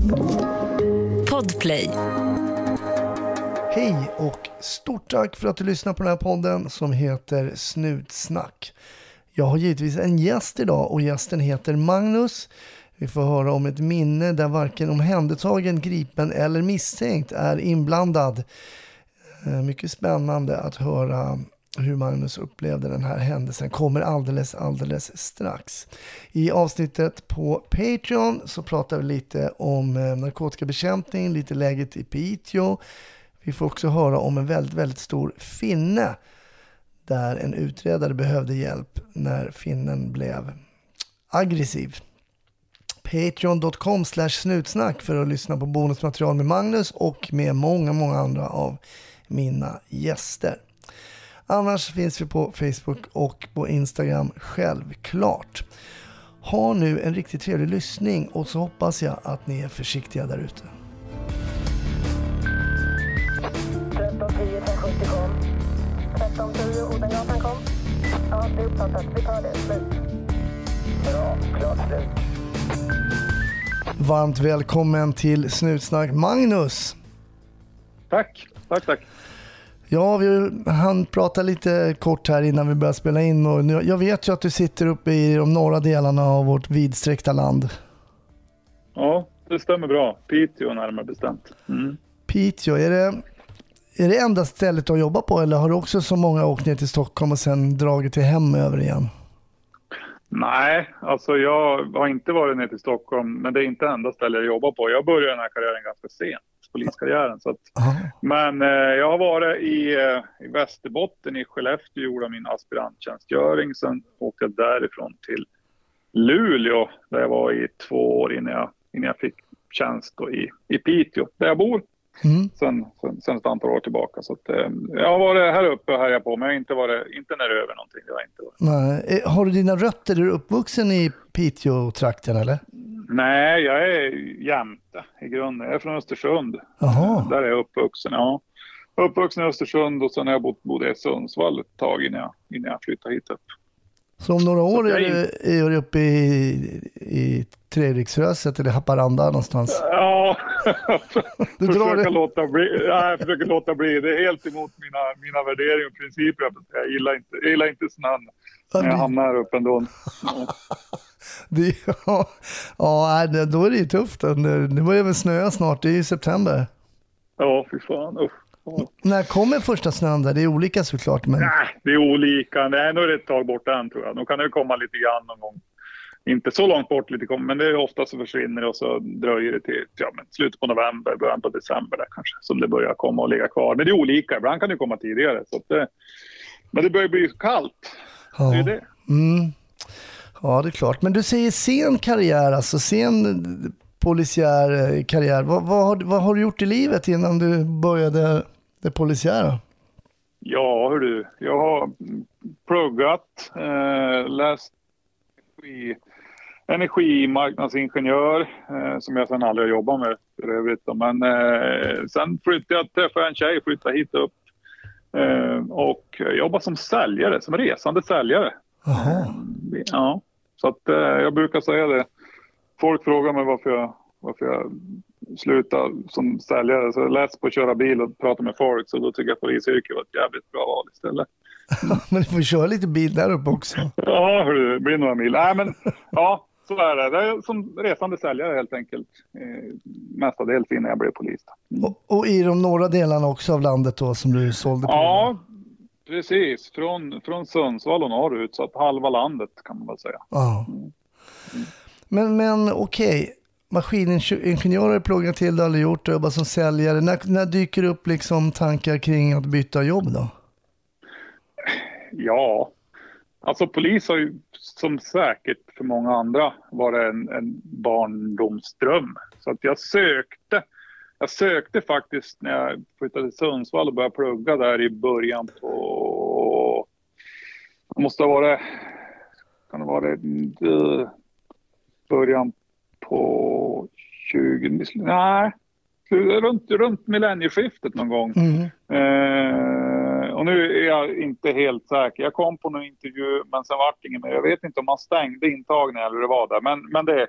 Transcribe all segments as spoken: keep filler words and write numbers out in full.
Podplay. Hej och stort tack för att du lyssnar på den här podden som heter Snutsnack. Jag har givetvis en gäst idag och gästen heter Magnus. Vi får höra om ett minne där varken omhändertagen, gripen eller misstänkt är inblandad. Mycket spännande att höra hur Magnus upplevde den här händelsen. Kommer alldeles, alldeles strax. I avsnittet på Patreon så pratar vi lite om narkotikabekämpning, lite läget i Piteå. Vi får också höra om en väldigt, väldigt stor finne där en utredare behövde hjälp när finnen blev aggressiv. Patreon dot com slash snutsnack för att lyssna på bonusmaterial med Magnus och med många, många andra av mina gäster. Annars finns vi på Facebook och på Instagram självklart. Ha nu en riktigt trevlig lyssning och så hoppas jag att ni är försiktiga där ute. tretton tio trehundrasjuttio kom. tretton tio Odengatan kom. Ja, det är uppfattat. Vi tar det. Slut. Bra. Klart slut. Varmt välkommen till Snutsnack Magnus. Tack, tack, tack. Ja, vi hann prata lite kort här innan vi började spela in. Och nu, jag vet ju att du sitter uppe i de norra delarna av vårt vidsträckta land. Ja, det stämmer bra. Piteå närmare bestämt. Mm. Piteå, är det, är det enda stället du har jobbat på eller har du också så många åkt ner till Stockholm och sen dragit till hem över igen? Nej, alltså jag har inte varit ner till Stockholm, men det är inte enda stället jag jobbar på. Jag började den här karriären ganska sent, poliskarriären. Så att, men eh, jag har varit i, eh, i Västerbotten, i Skellefteå, gjorde min aspiranttjänstgöring. Sen åkte jag därifrån till Luleå, där jag var i två år innan jag, innan jag fick tjänst då i, i Piteå, där jag bor. Mm. Sen, sen, sen ett antal år tillbaka. Så att, eh, jag har varit här uppe och här jag på, men jag har inte varit inte när över någonting. Det har, inte varit. Nej. Har du dina rötter? Är du uppvuxen i Piteå-trakten eller? Nej, jag är jämte i grunden. Jag är från Östersund. Aha. Där är jag uppvuxen, ja. Uppvuxen i Östersund och sen har jag bott, bodde i Sundsvall ett tag innan jag, innan jag flyttade hit upp. Så om några år är, in... du, är du uppe i, i Treriksröset eller Haparanda någonstans? Ja, du försöker, låta bli. Nej, jag försöker låta bli. Det är helt emot mina, mina värderingar och principer. Jag gillar inte, jag gillar inte snön när jag hamnar här uppe ändå. Ja. Det, ja, ja, då är det ju tufft. Det var ju väl snöa snart, det är ju september. Ja, fy fan. Uff. Ja. När kommer första snön där? Det är olika såklart. Men... Nej, det är olika. Det är nog ett tag bort än tror jag. Då kan det komma lite grann någon gång. Inte så långt bort lite, men det är ofta så försvinner och så dröjer det till ja, men slutet på november, början på december där kanske. Som det börjar komma och ligga kvar. Men det är olika, ibland kan det komma tidigare. Så att det, men det börjar bli kallt. Ja. Det är det. Mm. Ja, det är klart. Men du säger sen karriär, alltså sen polisiär karriär. Vad, vad, har, vad har du gjort i livet innan du började det polisiära? Ja, hör du. Jag har pluggat, eh, läst i energimarknadsingenjör eh, som jag sedan aldrig har jobbat med för övrigt. Men eh, sen flyttade jag, träffade en tjej, flyttade hit upp eh, och jobbade som säljare, som resande säljare. Aha. Ja, så att eh, jag brukar säga det. Folk frågar mig varför jag, varför jag slutade som säljare. Så jag läste på att köra bil och prata med folk, så då tycker jag polisyrket var ett jävligt bra val istället. Men du får köra lite bil där uppe också. Ja, det blir några mil. Nej, men ja, så är det. Det är som resande säljare helt enkelt. Eh, mestadels innan jag blev polis. Mm. Och, och i de norra delarna också av landet då som du sålde på? Ja, precis. Från, från Sundsvall och norrut, så att halva landet kan man väl säga. Ja. Mm. Mm. Men, men okej. Okay. Maskiningenjörer pluggar till det, aldrig gjort och jobbar som säljare. När, när dyker det upp liksom tankar kring att byta jobb då? Ja, alltså polis har ju som säkert för många andra varit en, en barndomsdröm. Så att jag sökte, jag sökte faktiskt när jag flyttade till Sundsvall och började plugga där i början på, det måste ha varit, kan det vara det, början på tjugo, nej, runt, runt millennieskiftet någon gång. Mm. Eh, och nu är jag inte helt säker. Jag kom på någon intervju, men sen vart det ingen mer. Jag vet inte om man stängde intagningen eller det var där. Men, men det,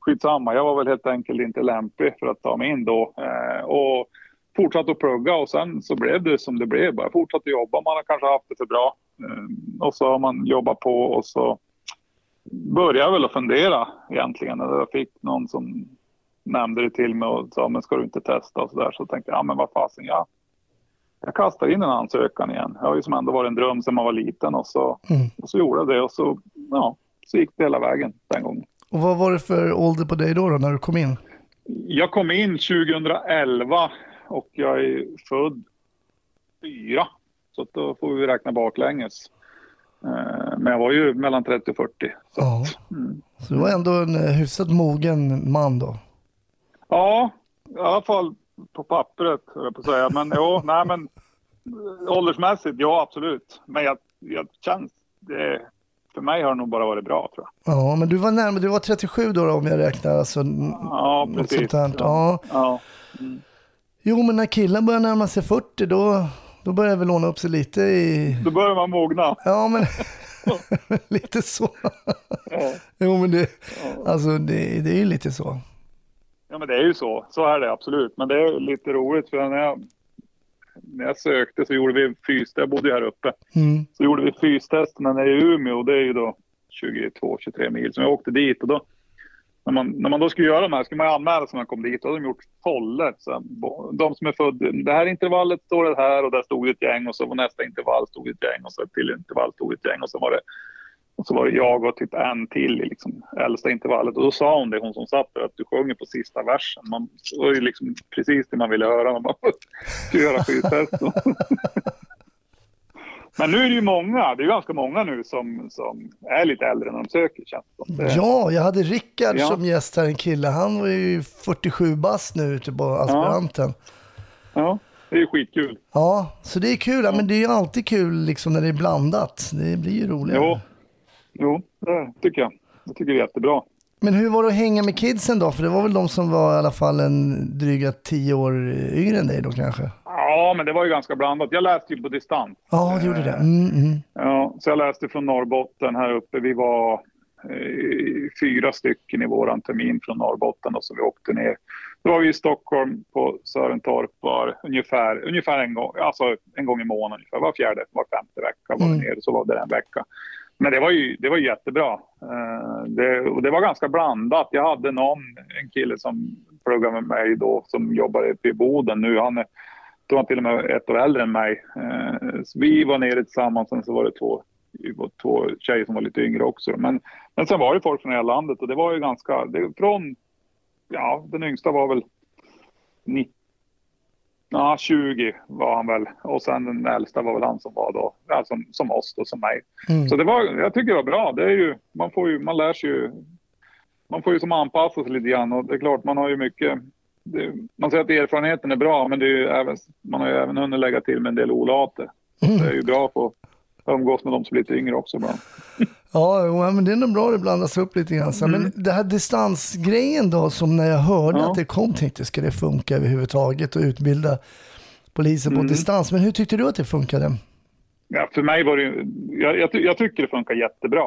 skitsamma. Jag var väl helt enkelt inte lämplig för att ta mig in då. Eh, och fortsatte att plugga och sen så blev det som det blev. Bara fortsatte jobba. Man har kanske haft det för bra. Eh, och så har man jobbat på och så började jag väl att fundera egentligen. När jag fick någon som nämnde det till mig och sa, men ska du inte testa och så där. Så tänkte jag, ja men vad fasen, jag, jag kastar in en ansökan igen. Jag har ju som ändå varit en dröm sedan man var liten och så, mm. och så gjorde jag det och så, ja, så gick det hela vägen den gången. Och vad var det för ålder på dig då, då när du kom in? Jag kom in tjugohundraelva och jag är född fyra. Så då får vi räkna baklänges. Men jag var ju mellan trettio och fyrtio. Så, ja. mm. så du var ändå en hyfsat mogen man då? Ja, i alla fall på pappret, höll jag på att säga. Men jo, nej men åldersmässigt, ja absolut. Men jag, jag känns, det, för mig har det nog bara varit bra tror jag. Ja, men du var närmare, du var trettiosju då, då om jag räknar. Alltså, ja, precis. Sånt ja. Ja. Mm. Jo, men när killen börjar närma sig fyrtio då... Då börjar vi låna upp sig lite i... Då börjar man mogna. Ja, men lite så. Ja. Jo, men det, ja. alltså, det, det är ju lite så. Ja, men det är ju så. Så är det absolut. Men det är lite roligt för när jag, när jag sökte så gjorde vi fys... Jag bodde här uppe. Mm. Så gjorde vi fystesterna när jag är i Umeå. Det är ju då tjugotvå till tjugotre mil. Så jag åkte dit och då... När man, när man då skulle göra de här, skulle man anmäla sig när man kom dit. Och de har gjort foller. Så de som är födda, det här intervallet står det här och där stod ett gäng. Och så var nästa intervall stod ett gäng och så till intervall stod ett gäng. Och så var det, och så var det jag och typ en till i liksom äldsta intervallet. Och då sa hon det, hon som satt där, att du sjunger på sista versen. Man, det var ju liksom precis det man ville höra när man skulle göra skydtest. Men nu är det ju många, det är ju ganska många nu som, som är lite äldre när de söker, känns det. Ja, jag hade Rickard ja. som gäst här, en kille. Han var ju fyrtiosju bast nu ute på aspiranten. Ja. ja, det är ju skitkul. Ja, så det är kul. Ja. Men det är ju alltid kul liksom när det är blandat. Det blir ju roligt. Jo, jo det tycker jag. Det tycker jag är jättebra. Men hur var det att hänga med kidsen då? För det var väl de som var i alla fall en dryga tio år yngre än dig då kanske? Ja, men det var ju ganska blandat. Jag läste ju på distans. Ja, du gjorde det. Mm, mm. Ja, så jag läste från Norrbotten här uppe. Vi var eh, fyra stycken i våran termin från Norrbotten och så vi åkte ner. Då var vi i Stockholm på Sörentorp var ungefär, ungefär en gång, alltså en gång i månaden. Ungefär. Var fjärde, var femte vecka var vi mm. ner. Så var det en vecka. Men det var ju, det var jättebra. Uh, det, och det var ganska blandat. Jag hade någon, en kille som pluggade med mig då som jobbade i Boden nu. Han är då var han till och med ett år äldre än mig. Uh, så vi var nere tillsammans, sen så var det två, var två tjejer som var lite yngre också. Men, men sen var det folk från hela landet och det var ju ganska, det, från, ja den yngsta var väl nitton, ja, tjugo var han väl. Och sen den äldsta var väl han som var då, ja, som, som oss då, som mig. Mm. Så det var, jag tycker det var bra. Det är ju, man får ju, man lär sig ju, man får ju som anpassa sig lite grann. Och det är klart, man har ju mycket, det, man säger att erfarenheten är bra, men det är ju även, man har ju även hunnit lägga till med en del olater. Mm. Det är ju bra på att umgås med de som är lite yngre också ibland. Ja, men det är nog bra att det blandas upp lite grann. Mm. Men det här distansgrejen då, som när jag hörde ja. att det kom, tänkte ska det funka överhuvudtaget och utbilda poliser på mm. distans. Men hur tyckte du att det funkade? Ja, för mig var det jag, jag, jag tycker det funkar jättebra.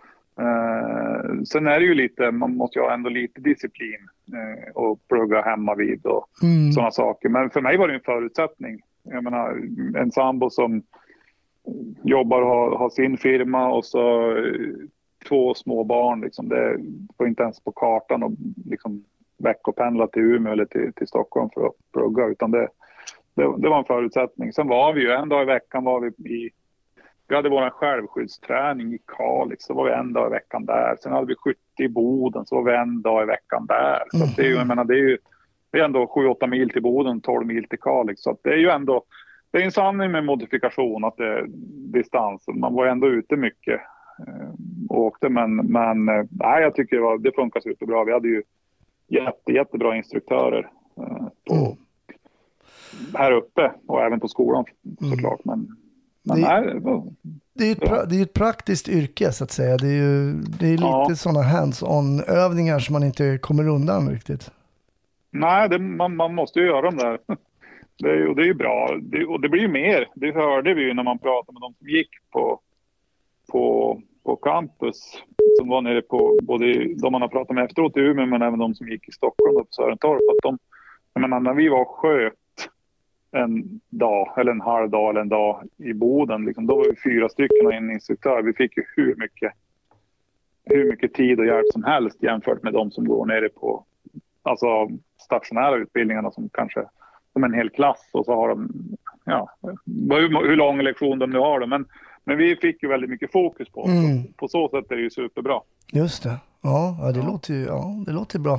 Uh, sen är det ju lite, man måste ju ha ändå lite disciplin uh, och plugga hemma vid och mm. sådana saker. Men för mig var det en förutsättning. Jag menar, en sambo som jobbar och har, har sin firma och så uh, två små barn. Liksom, det var inte ens på kartan och liksom veckopendla till Umeå eller till, till Stockholm för att plugga, utan det, det, det var en förutsättning. Sen var vi ju, en dag i veckan var vi i Vi hade vår självskyddsträning i Kalix, så var vi en dag i veckan där. Sen hade vi skytte i Boden, så var vi en dag i veckan där. Så att det är ju, jag menar, det är ju det är ändå sju åtta mil till Boden, tolv mil till Kalix. Så att det är ju ändå, det är en sanning med modifikation att det är distans. Man var ändå ute mycket och åkte, men, men nej, jag tycker det, var, det funkar superbra. Vi hade ju jätte, jättebra instruktörer på, mm. här uppe och även på skolan såklart, men Men det, nej, det, är ett pra, det är ett praktiskt yrke så att säga. Det är ju det är lite ja. sådana hands-on övningar som man inte kommer undan riktigt. Nej, det, man, man måste ju göra dem där. Det är, och det är ju bra. Det, och det blir ju mer. Det hörde vi ju när man pratade med de som gick på, på på campus som var nere på både de man har pratat med efteråt i Umeå men även de som gick i Stockholm och på Sörentorp. Att de, jag menar, när vi var och sköt en dag eller en halv dag eller en dag i Boden, liksom, då var vi fyra stycken och en instruktör. Vi fick ju hur mycket, hur mycket tid och hjälp som helst jämfört med de som går nere på alltså stationära utbildningarna som kanske som en hel klass och så har de ja, hur, hur lång lektion de nu har det. Men, men vi fick ju väldigt mycket fokus på mm. På så sätt är det ju superbra. Just det. Ja, ja det ja. låter ju ja, det låter bra.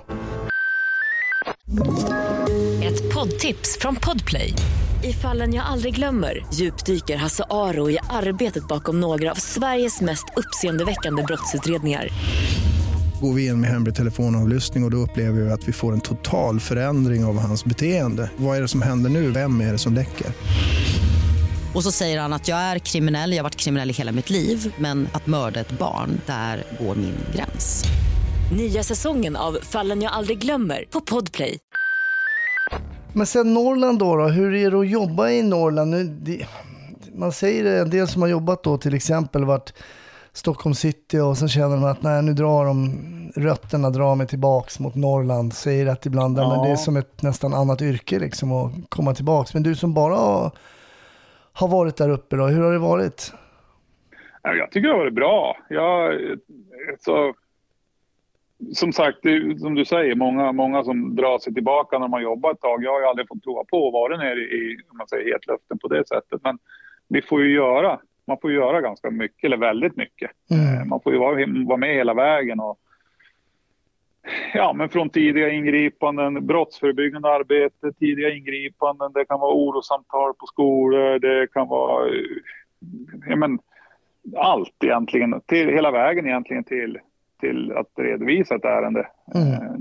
Ett poddtips från Podplay. I Fallen jag aldrig glömmer djupdyker Hasse Aro i arbetet bakom några av Sveriges mest uppseendeväckande brottsutredningar. Går vi in med hemlig telefonavlyssning och då upplever vi att vi får en total förändring av hans beteende. Vad är det som händer nu? Vem är det som läcker? Och så säger han att jag är kriminell, jag har varit kriminell i hela mitt liv. Men att mörda ett barn, där går min gräns. Nya säsongen av Fallen jag aldrig glömmer på Podplay. Men sen Norrland då, då hur är det att jobba i Norrland? Nu, det, man säger det, en del som har jobbat då till exempel varit Stockholm city och så känner de att nej, nu drar de rötterna drar mig tillbaks mot Norrland, säger att ibland ja. Men det är som ett nästan annat yrke liksom att komma tillbaks. Men du som bara har, har varit där uppe då, hur har det varit? Jag tycker det har varit bra. Jag, så, som sagt, det, som du säger, många, många som drar sig tillbaka när de har jobbat ett tag. Jag har ju aldrig fått prova på att vara nere i, om man säger, hetluften på det sättet. Men vi får ju göra Man får göra ganska mycket, eller väldigt mycket. Mm. Man får ju vara, vara med hela vägen. Och, ja, men från tidiga ingripanden, brottsförebyggande arbete, tidiga ingripanden. Det kan vara orosamtal på skolor. Det kan vara ja, men, allt egentligen. Till, hela vägen egentligen till, till att redovisa ett ärende mm. eh,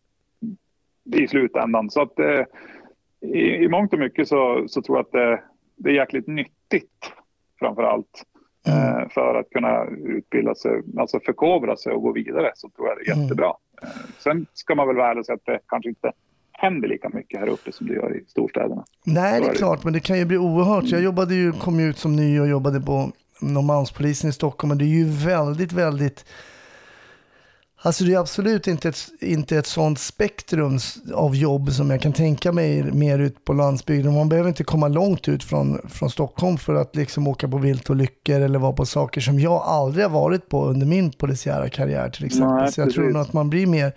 i slutändan. Så att eh, i, i mångt och mycket så, så tror jag att det, det är jäkligt nyttigt. Framförallt mm. eh, för att kunna utbilda sig, alltså förkovra sig och gå vidare, så tror jag det är jättebra. Mm. Eh, sen ska man väl väl säga att det kanske inte händer lika mycket här uppe som det gör i storstäderna. Nej, det är klart, men det kan ju bli oerhört. Jag jobbade ju, kom ut som ny och jobbade på Norrmalmspolisen i Stockholm, och det är ju väldigt, väldigt alltså det är absolut inte ett, inte ett sånt spektrum av jobb som jag kan tänka mig mer ut på landsbygden. Man behöver inte komma långt ut från, från Stockholm för att liksom åka på viltolyckor eller vara på saker som jag aldrig har varit på under min polisiära karriär till exempel. Nej, så jag tror nog att man blir mer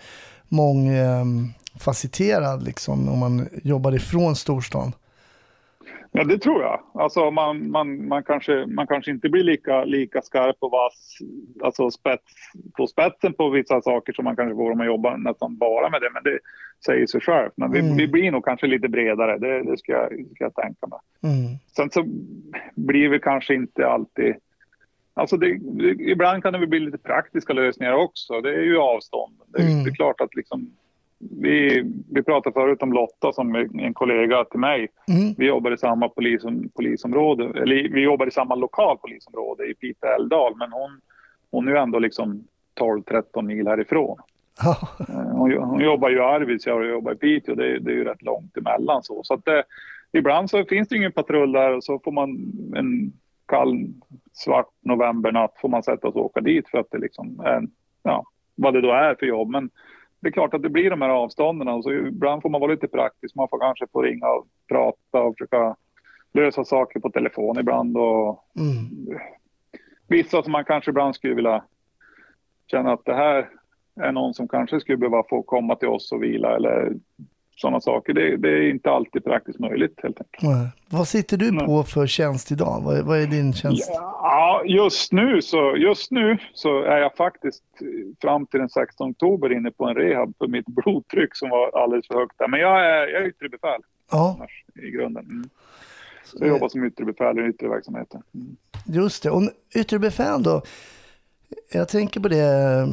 mångfacetterad liksom, om man jobbar ifrån storstan. Ja, det tror jag. Alltså man, man, man, kanske, man kanske inte blir lika, lika skarp och vass, alltså spets, på spetsen på vissa saker som man kanske får om man jobbar nästan bara med det. Men det säger sig själv. Men vi, mm. vi blir nog kanske lite bredare, det, det ska, jag, ska jag tänka mig. Mm. Sen så blir vi kanske inte alltid... Alltså det, det, ibland kan det bli lite praktiska lösningar också. Det är ju avstånd. Det, mm. det är klart att liksom... Vi, vi pratade förut om Lotta som är en kollega till mig. Mm. Vi jobbar i samma polis, polisområde, eller vi jobbar i samma lokal polisområde i Piteå-Älvdal, men hon, hon är ju ändå liksom tolv tretton mil härifrån. Oh. Hon, hon jobbar ju i Arvidsjaur och jobbar i Piteå, det, det är ju rätt långt emellan så. Så att det, ibland så finns det ingen patrull där och så får man en kall svart novembernatt får man sätta och åka dit för att det liksom är, ja, vad det då är för jobb. Men det är klart att det blir de här avstånden och så ibland får man vara lite praktisk. Man får kanske få ringa och prata och försöka lösa saker på telefon ibland. Och mm. vissa som man kanske ibland skulle vilja känna att det här är någon som kanske skulle behöva få komma till oss och vila eller sådana saker. Det, det är inte alltid praktiskt möjligt helt enkelt. Nej. Vad sitter du på för tjänst idag? Vad, vad är din tjänst? Ja, just nu så just nu så är jag faktiskt fram till den sextonde oktober inne på en rehab för mitt blodtryck som var alldeles för högt där. Men jag är, jag är yttre befäl ja. i grunden. Mm. Så jag jobbar som yttre befäl i yttre verksamheten. Mm. Just det. Och yttre befäl då, jag tänker på det.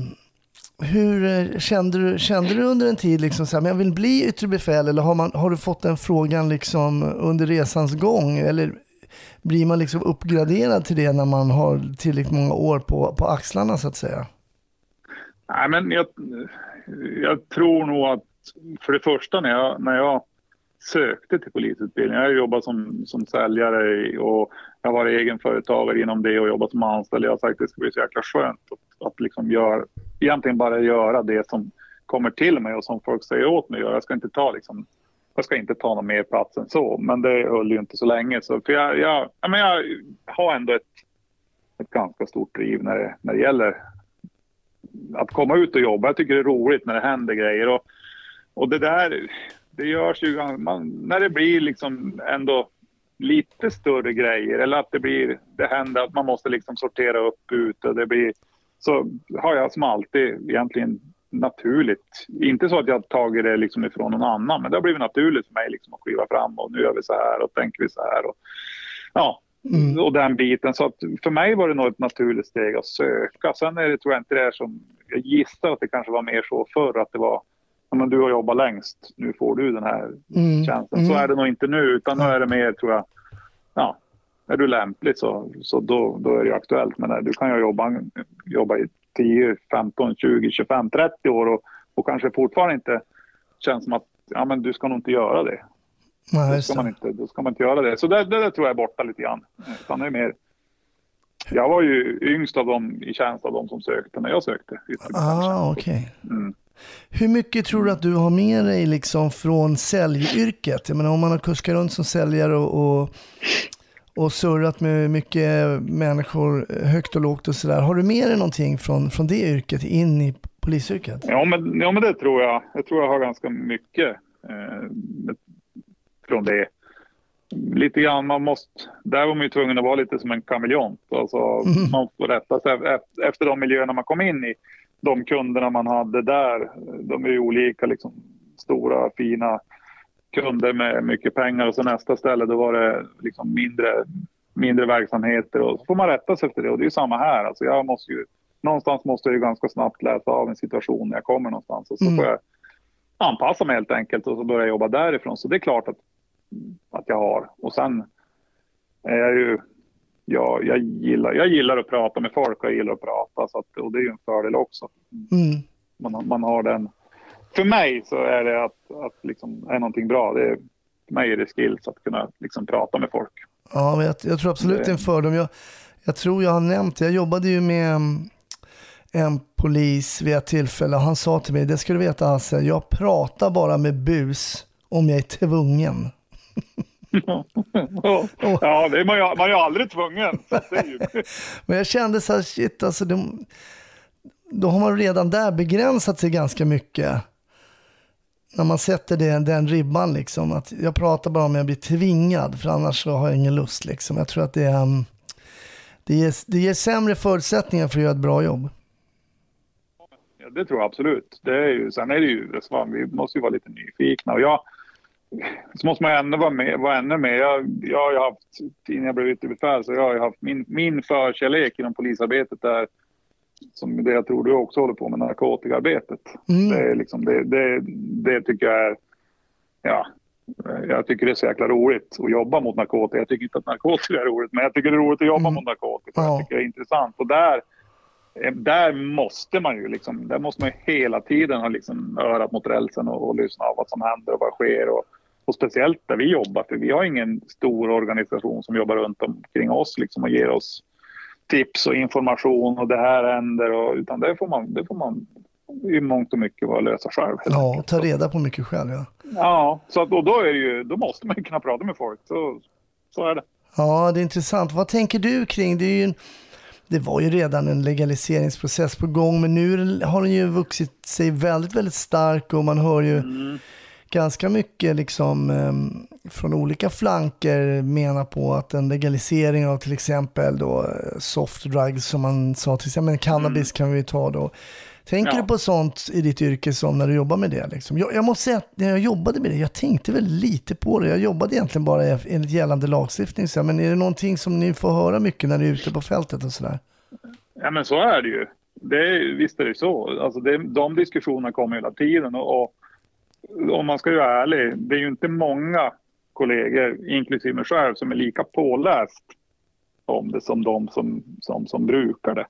Hur kände du, kände du under en tid liksom så här, men jag vill bli yttre befäl, eller har, man, har du fått den frågan liksom under resans gång, eller blir man liksom uppgraderad till det när man har tillräckligt många år på, på axlarna så att säga? Nej, men jag, jag tror nog att för det första när jag, när jag sökte till polisutbildningen. Jag har jobbat som, som säljare och jag har varit egenföretagare inom det och jobbat som anställd. Jag har sagt att det ska bli så jäkla skönt att, att liksom göra, egentligen bara göra det som kommer till mig och som folk säger åt mig. Jag ska inte ta liksom, jag ska inte ta någon mer plats än så, men det höll ju inte så länge. Så för jag, jag, jag, men jag har ändå ett, ett ganska stort driv när det, när det gäller att komma ut och jobba. Jag tycker det är roligt när det händer grejer och, och det där, det görs ju man, när det blir liksom ändå lite större grejer eller att det blir, det händer att man måste liksom sortera upp ut och det blir, så har jag som alltid egentligen naturligt, inte så att jag har tagit det liksom ifrån någon annan, men det har blivit naturligt för mig liksom att kliva fram och nu gör vi så här och tänker vi så här och ja, mm. och den biten, så att för mig var det nog ett naturligt steg att söka. Sen är det, tror jag inte det är som, jag gissar att det kanske var mer så förr att det var, ja men du har jobbat längst, nu får du den här mm. tjänsten. Så mm. är det nog inte nu, utan nu är det mer, tror jag, ja, är du lämplig så, så då, då är det aktuellt, men du kan ju jobba, jobba i tio, femton, tjugo, tjugofem, trettio år och, och kanske fortfarande inte känns som att ja, men du ska nog inte göra det. Nej, då, ska man inte, då ska man inte göra det. Så det, det, det tror jag är borta lite grann. Utan det är mer, jag var ju yngst av dem i tjänst av dem som sökte när jag sökte. Ah, okej. Okay. Mm. Hur mycket tror du att du har med dig liksom från säljyrket? Jag menar, om man har kuskat runt som säljare och, och, och surrat med mycket människor högt och lågt och sådär. Har du med dig någonting från, från det yrket in i polisyrket? Ja men, ja, men det tror jag. Jag tror jag har ganska mycket eh, från det. Lite grann, man måste, där var man ju tvungen att vara lite som en kameleont. Alltså, mm. man får rätta sig efter, efter de miljöerna man kom in i. De kunderna man hade där, de är ju olika, liksom stora, fina kunder med mycket pengar, och så nästa ställe då var det liksom mindre, mindre verksamheter, och så får man rätta sig efter det, och det är ju samma här. Alltså jag måste ju, någonstans måste jag ju ganska snabbt läsa av en situation när jag kommer någonstans, och så mm. får jag anpassa mig helt enkelt och så börjar jag jobba därifrån. Så det är klart att, att jag har, och sen är jag ju Ja, jag gillar, jag gillar att prata med folk och jag gillar att prata, så att, och det är ju en fördel också. Mm. Man, man har den. För mig så är det att, att liksom är någonting bra. Det är, för mig är det skills att kunna liksom prata med folk. Ja, men jag, jag tror absolut det är en fördel. Jag, jag tror jag har nämnt, jag jobbade ju med en polis vid ett tillfälle och han sa till mig, det ska du veta alltså, jag pratar bara med bus om jag är tvungen. Ja, det är man ju, man är ju aldrig tvungen. Det är ju... Men jag kände så här, shit, alltså de, då har man redan där begränsat sig ganska mycket. När man sätter det, den ribban liksom, att jag pratar bara om jag blir tvingad, för annars så har jag ingen lust liksom. Jag tror att det, um, det, ger, det ger sämre förutsättningar för att göra ett bra jobb. Ja, det tror jag absolut. Det är ju, sen är det ju, vi måste ju vara lite nyfikna, och jag så måste man ändå vara med, vara ännu med. Jag, jag har ju haft, innan jag blev ytterbefäl, så jag har ju haft min, min förkärlek inom polisarbetet där, som det jag tror du också håller på med, narkotikaarbetet. Mm. Det är liksom, det, det, det tycker jag är, ja, jag tycker det är så jäkla roligt att jobba mot narkotika. Jag tycker inte att narkotika är roligt, men jag tycker det är roligt att jobba mm. mot narkotika. Jag tycker det är intressant, och där där måste man ju liksom, där måste man ju hela tiden ha liksom örat mot rälsen och, och lyssna av vad som händer och vad sker, och, och speciellt där vi jobbar, för vi har ingen stor organisation som jobbar runt omkring oss liksom och ger oss tips och information och det här händer, och, utan det får man, det får man i mångt och mycket vara lösa själv. Ja, och ta reda på mycket själv, ja. Ja, så att, och då är det ju, då måste man ju kunna prata med folk, så, så är det. Ja, det är intressant. Vad tänker du kring, det är ju en Det var ju redan en legaliseringsprocess på gång, men nu har den ju vuxit sig väldigt, väldigt stark, och man hör ju mm. ganska mycket liksom, um, från olika flanker mena på att en legalisering av till exempel då soft drugs, som man sa till exempel, men cannabis mm. kan vi ta då. Tänker ja. du på sånt i ditt yrke som när du jobbar med det? Liksom? Jag, jag måste säga att när jag jobbade med det, jag tänkte väldigt lite på det. Jag jobbade egentligen bara enligt gällande lagstiftning. Så, men är det någonting som ni får höra mycket när ni är ute på fältet och sådär? Ja, men så är det ju. Det är, visst är det så. Alltså det, de diskussionerna kommer hela tiden. Och, och om man ska vara ärlig, det är ju inte många kollegor, inklusive mig själv, som är lika påläst om det som de som, som, som brukar det.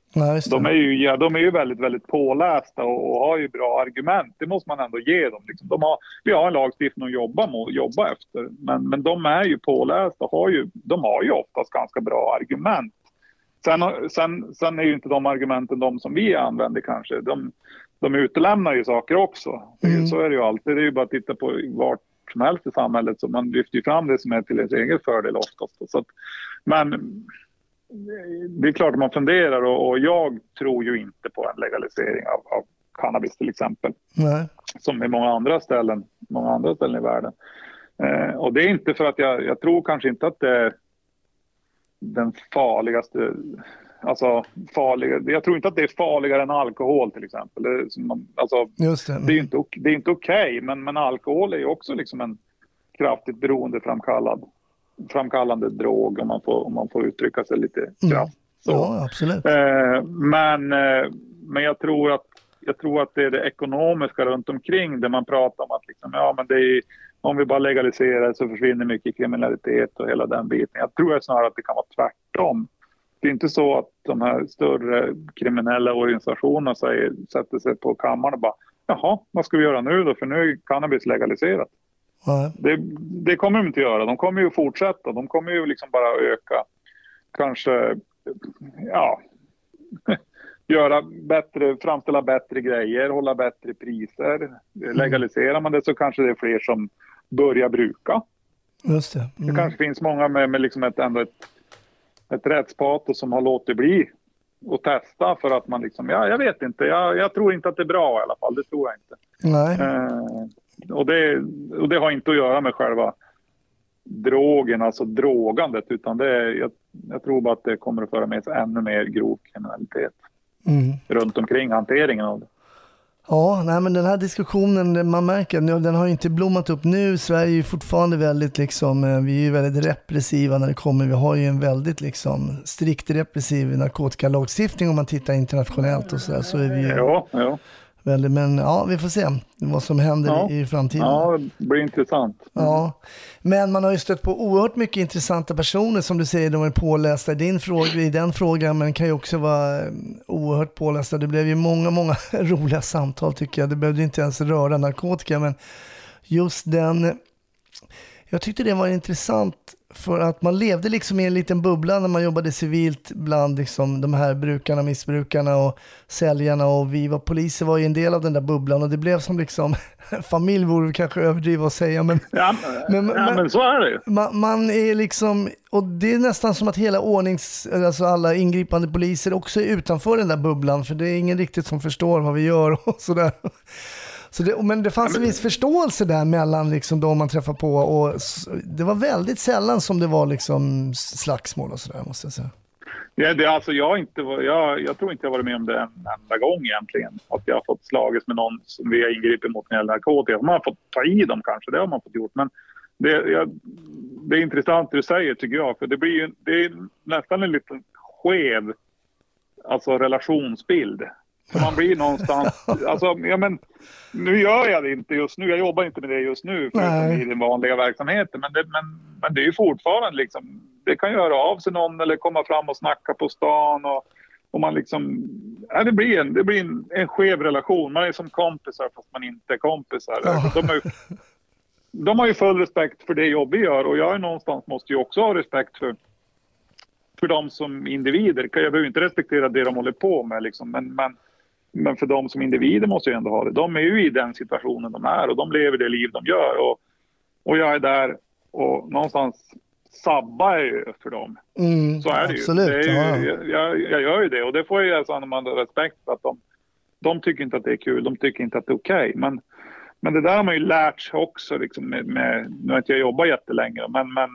Ja, just det. De är ju, ja, de är ju väldigt, väldigt pålästa och, och har ju bra argument. Det måste man ändå ge dem. Liksom. De har, vi har en lagstiftning att jobba, med, jobba efter. Men, men de är ju pålästa och har ju, de har ju oftast ganska bra argument. Sen, sen, sen är ju inte de argumenten de som vi använder kanske. De, de utelämnar ju saker också. Mm. Så är det ju alltid. Det är ju bara att titta på vart som helst i samhället. Så man lyfter ju fram det som är till ens egen fördel oftast. Så att, men det är klart att man funderar och, och jag tror ju inte på en legalisering av, av cannabis till exempel. Nej. Som i många andra ställen, många andra ställen i världen. Eh, och det är inte för att jag, jag tror kanske inte att det är den farligaste, alltså farliga, jag tror inte att det är farligare än alkohol till exempel. Det är, som man, alltså, Just det. det är inte, det är inte okej, men, men alkohol är ju också liksom en kraftigt beroendeframkallad framkallande drog om man får, om man får uttrycka sig lite kraft. Så. Ja, absolut. Eh, men, eh, men jag tror att jag tror att det är det ekonomiska runt omkring där man pratar om att liksom, ja, men det är, om vi bara legaliserar så försvinner mycket kriminalitet och hela den biten. Jag tror snarare att det kan vara tvärtom. Det är inte så att de här större kriminella organisationerna säger, sätter sig på kammaren och bara, jaha, vad ska vi göra nu då? För nu är cannabis legaliserat. Ja. Det, det kommer de inte göra. De kommer ju fortsätta. De kommer ju liksom bara öka. Kanske, ja, göra bättre, framställa bättre grejer, hålla bättre priser. Legaliserar man det så kanske det är fler som börjar bruka. Just det. Mm. Det kanske finns många med, med liksom ett, ändå ett, ett rättspatos som har låtit bli och testa för att man liksom, ja, jag vet inte. Jag, jag tror inte att det är bra i alla fall. Det tror jag inte. Nej. Eh, och, det, och det har inte att göra med själva drogen, alltså drogandet, utan det är, jag, jag tror bara att det kommer att föra med sig ännu mer grov kriminalitet Mm. runt omkring hanteringen av det. Ja, nej, men den här diskussionen, man märker att den har ju inte blommat upp nu. Sverige är ju fortfarande väldigt liksom, vi är ju väldigt repressiva när det kommer. Vi har ju en väldigt liksom strikt repressiv narkotikalagstiftning om man tittar internationellt och så där, så är vi ju ja, ja. väldigt, men ja, vi får se vad som händer ja. i, i framtiden. Ja, det blir intressant. Mm. Ja, men man har ju stött på oerhört mycket intressanta personer som du säger, de är pålästa i din fråga, i den frågan, men kan ju också vara oerhört pålästa. Det blev ju många, många roliga samtal tycker jag. Det behövde inte ens röra narkotika, men just den, jag tyckte det var intressant för att man levde liksom i en liten bubbla när man jobbade civilt bland liksom de här brukarna, missbrukarna och säljarna, och vi var poliser var ju en del av den där bubblan, och det blev som liksom familj vore kanske överdriva att säga, men, ja, men, men, ja, men så är det ju. Man, man är liksom, och det är nästan som att hela ordnings, alltså alla ingripande poliser också är utanför den där bubblan, för det är ingen riktigt som förstår vad vi gör och sådär. Så det, men det fanns en viss förståelse där mellan liksom de man träffar på, och det var väldigt sällan som det var liksom slagsmål och sådär, måste jag säga. Ja, det, alltså, jag, inte, jag, jag tror inte jag varit med om det en enda gång egentligen. Att jag har fått slages med någon som vi har ingripit mot när det gäller narkotika. Man har fått ta i dem kanske, det har man fått gjort. Men det, jag, det är intressant det du säger tycker jag. För det blir ju, det är nästan en liten skev alltså, relationsbild. Så man blir någonstans, alltså, ja, men, nu gör jag det inte just nu, jag jobbar inte med det just nu förutom i den vanliga verksamheten, men det, men, men det är ju fortfarande liksom, det kan göra av sig någon eller komma fram och snacka på stan och, och man liksom, ja, det blir, en, det blir en, en skev relation, man är som kompisar fast man inte är kompisar. Ja. De, är, de har ju full respekt för det jobb vi gör, och jag är någonstans måste ju också ha respekt för för dem som individer. Jag behöver inte respektera det de håller på med liksom, men, men Men för de som individer måste ju ändå ha det. De är ju i den situationen de är och de lever det liv de gör. Och, och jag är där och någonstans sabbar jag ju för dem. Mm, så är det absolut, ju. Det är ju ja. jag, jag gör ju det, och det får jag alltså man har respekt för att de, de tycker inte att det är kul. De tycker inte att det är okej. Okay. Men, men det där har man ju lärt sig också. Liksom med, med, nu har inte jag jobbat jättelänge, men... men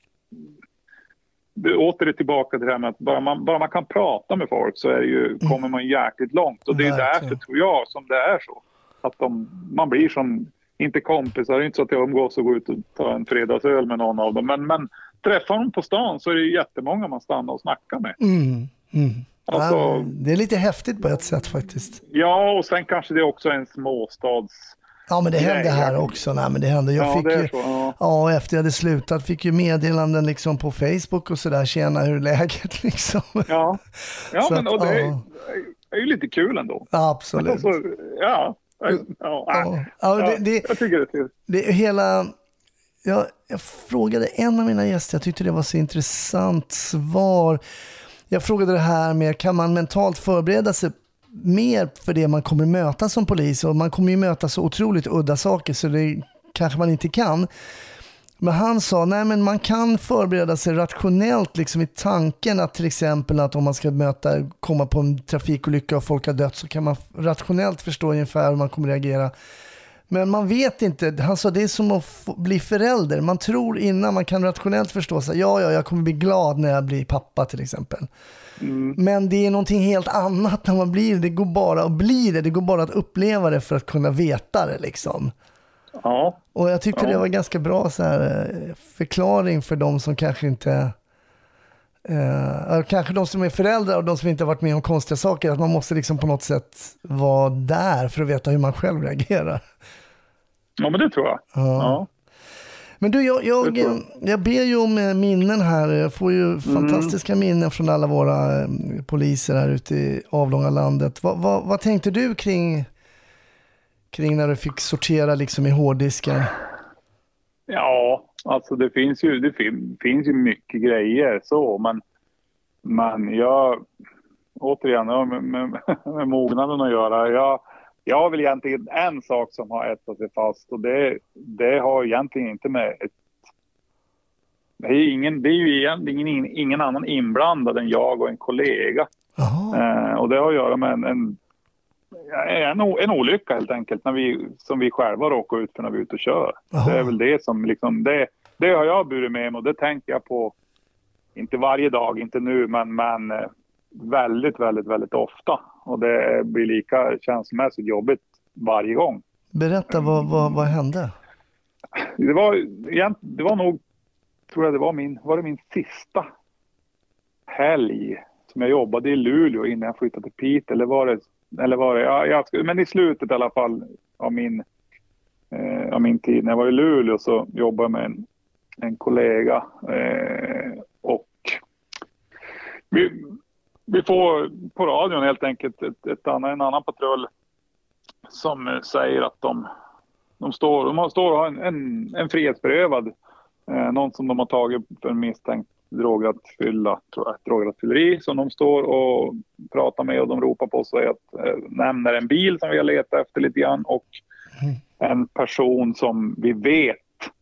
det åter tillbaka till det här med att bara man, bara man kan prata med folk så är det ju, kommer man jäkligt långt. Och det är därför tror jag som det är så. Att de, man blir som, inte kompisar, det är inte så att jag umgås och går ut och tar en fredagsöl med någon av dem. Men, men träffar dem på stan så är det jättemånga man stannar och snackar med. Mm, mm. Alltså, ja, det är lite häftigt på ett sätt faktiskt. Ja, och sen kanske det är också en småstads Ja, men det hände grejer. här också. Nej, men det hände. Jag Ja, fick det är ju, så, ja. ja, efter jag hade slutat fick ju meddelanden liksom på Facebook och sådär. Tjena, hur är läget liksom? Ja, ja Så men att, och det är, ja. är ju lite kul ändå. Absolut. Alltså, ja, ja, ja, Ja, ja, det, det, jag tycker det är kul. det är hela... Jag, jag frågade en av mina gäster, jag tyckte det var så intressant svar. Jag frågade det här med, kan man mentalt förbereda sig mer för det man kommer möta som polis? Och man kommer ju möta så otroligt udda saker så det kanske man inte kan. Men han sa, nej men man kan förbereda sig rationellt liksom i tanken att till exempel att om man ska möta, komma på en trafikolycka och folk har dött så kan man rationellt förstå ungefär hur man kommer reagera. Men man vet inte, han sa det är som att få, bli förälder. Man tror innan man kan rationellt förstå så ja, ja, jag kommer bli glad när jag blir pappa till exempel. Mm. Men det är någonting helt annat när man blir det. Det går bara att bli det. Det går bara att uppleva det för att kunna veta det liksom. Ja. Och jag tyckte ja. det var ganska bra så här, förklaring för de som kanske inte... Uh, kanske de som är föräldrar och de som inte har varit med om konstiga saker, att man måste liksom på något sätt vara där för att veta hur man själv reagerar. Ja, men det tror jag. Uh. Ja. Men du, jag, jag, jag. jag ber ju om minnen här. Jag får ju mm. fantastiska minnen från alla våra poliser här ute i avlånga landet. Vad, vad, vad tänkte du kring, kring när du fick sortera liksom i hårddisken? Ja, alltså det finns ju, det fin, finns ju mycket grejer så, men, men jag, återigen, med, med, med mognaden att göra, jag, jag har väl egentligen en sak som har ätat sig fast och det, det har egentligen inte med ett, det är, ingen, det är ju egentligen ingen, ingen annan inblandad än jag och en kollega. Eh, och det har att göra med en, en En, en olycka helt enkelt när vi, som vi själva råkar ut för när vi är ute och kör. Aha. Det är väl det som liksom, det, det har jag burit med mig och det tänker jag på, inte varje dag, inte nu, men, men väldigt, väldigt, väldigt ofta. Och det blir lika känslomässigt jobbigt varje gång. Berätta, vad, vad, vad hände? Det var, det var nog, tror jag det var min, var det min sista helg som jag jobbade i Luleå innan jag flyttade till Piteå, eller var det Eller var det, ja, jag, men i slutet i alla fall av min, eh, av min tid när jag var i Luleå så jobbade jag med en, en kollega eh, och vi, vi får på radion helt enkelt ett, ett annan, en annan patrull som säger att de, de står, de står och har en, en, en frihetsberövad, eh, någon som de har tagit för en misstänkt drograttfylla, tror jag, drograttfylleri som de står och pratar med och de ropar på sig att eh, nämner en bil som vi har letat efter lite grann och mm. en person som vi vet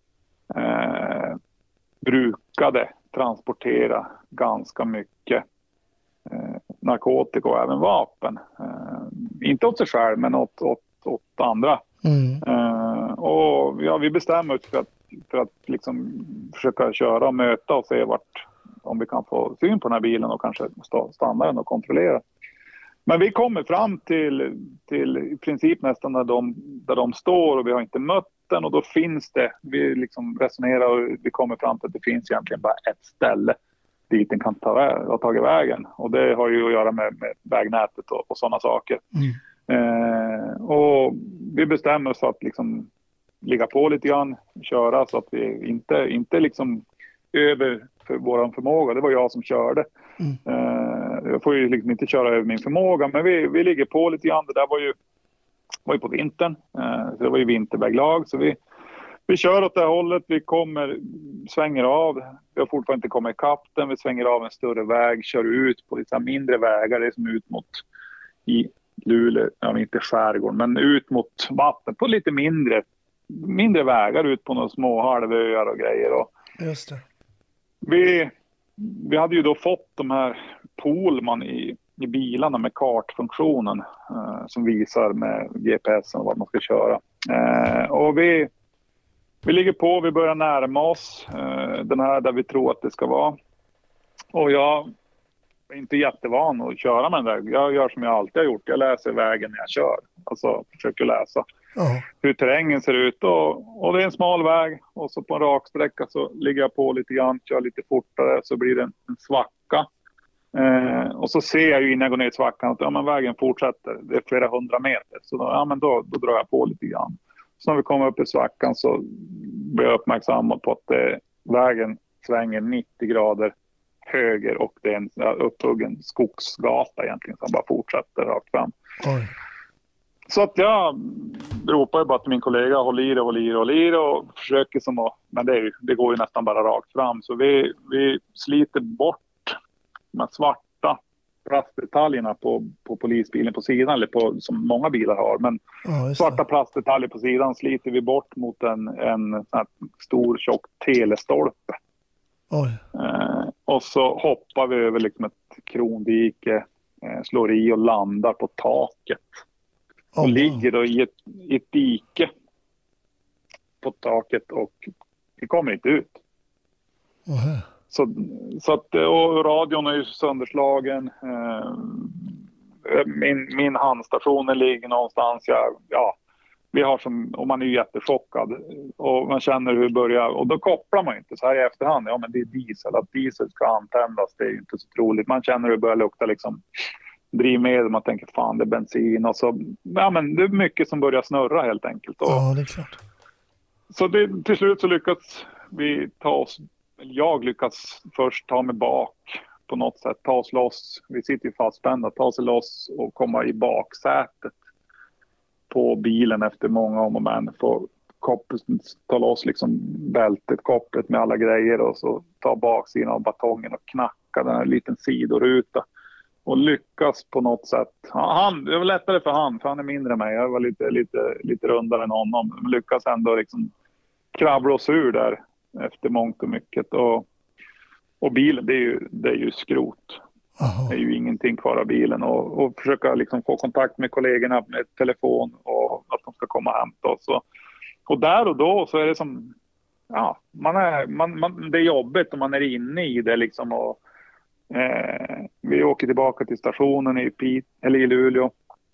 eh, brukade transportera ganska mycket eh, narkotika och även vapen. Eh, inte åt sig själv men åt, åt, åt andra. Mm. Eh, och ja, vi bestämmer oss för att för att liksom försöka köra och möta och se vart, om vi kan få syn på den här bilen och kanske stanna den och kontrollera. Men vi kommer fram till, till i princip nästan där de, där de står och vi har inte mött den och då finns det, vi liksom resonerar och vi kommer fram till att det finns egentligen bara ett ställe dit den kan ta, ha tagit vägen och det har ju att göra med, med vägnätet och, och sådana saker. Mm. Eh, och vi bestämmer oss för att liksom ligga på lite grann, köra så att vi inte, inte liksom över för vår förmåga. Det var jag som körde. Mm. Uh, jag får ju liksom inte köra över min förmåga, men vi, vi ligger på lite grann. Det där var ju, var ju på vintern. Uh, så det var ju vinterväglag. Så vi, vi kör åt det här hållet. Vi kommer, svänger av. Vi har fortfarande inte kommit ikapp den. Vi svänger av en större väg, kör ut på lite mindre vägar. Det är som ut mot i Luleå, ja, inte skärgården, men ut mot vatten på lite mindre mindre vägar ut på några små halvöar och grejer. Och just det. Vi, vi hade ju då fått de här Polman i, i bilarna med kartfunktionen eh, som visar med G P S och vad man ska köra. Eh, och vi, vi ligger på, vi börjar närma oss eh, den här där vi tror att det ska vara. Och jag är inte jättevan att köra med den där. Jag gör som jag alltid har gjort. Jag läser vägen när jag kör. Alltså försöker läsa uh-huh. hur terrängen ser ut. Och, och det är en smal väg. Och så på en raksträcka så ligger jag på lite grann. Kör lite fortare så blir det en, en svacka. Eh, och så ser jag ju innan jag går ner i svackan att ja, men vägen fortsätter. Det är flera hundra meter. Så då, ja, men då, då drar jag på lite grann. Så när vi kommer upp i svackan så blir jag uppmärksamma på att det, vägen svänger nittio grader höger och det är en upphuggen skogsgata egentligen som bara fortsätter rakt fram. Oj. Så att jag ropar ju bara till min kollega, håll i det, håll i det, håll i det och försöker som att, men det, är ju, det går ju nästan bara rakt fram. Så vi, vi sliter bort de här svarta plastdetaljerna på, på polisbilen på sidan, eller på, som många bilar har. Men Ja, svarta plastdetaljer på sidan sliter vi bort mot en, en sån här stor tjock telestolpe. Oj. Eh, och så hoppar vi över liksom ett krondike, eh, slår i och landar på taket. Och Oh, ligger då i ett, i ett dike på taket och vi kommer inte ut. oh. Så, så att, och radion är ju sönderslagen. Eh, min, min handstation ligger någonstans. Jag, ja, vi har som, och man är ju jättechockad. Och man känner hur det börjar. Och då kopplar man ju inte så här i efterhand. Ja, men det är diesel. Att diesel ska antändas, det är ju inte så troligt. Man känner hur det börjar lukta liksom drivmedel. Man tänker fan det är bensin. Och så, ja, men det är mycket som börjar snurra helt enkelt. Och, Ja, det är klart. så det, till slut så lyckas vi ta oss. Jag lyckas först ta mig bak på något sätt. Ta oss loss. Vi sitter ju fastspända. Ta sig loss och komma i baksätet på bilen efter många om och men. Få kopplet, ta loss liksom bältet, kopplet med alla grejer och så ta baksidan av batongen och knacka den här liten sidoruta. Och lyckas på något sätt. Han, det var lättare för han, för han är mindre än mig. Jag var lite, lite, lite rundare än honom. Lyckas ändå liksom kravla oss ur där efter mångt och mycket. Och, och bilen, det är ju, det är ju skrot. Aha. Det är ju ingenting kvar av bilen. Och, och försöka liksom få kontakt med kollegorna med telefon och att de ska komma och hämta oss. Och, och där och då så är det som, ja, man är, man, man, det är jobbigt och man är inne i det liksom. Och, eh, vi åker tillbaka till stationen i, Pit, eller i Luleå.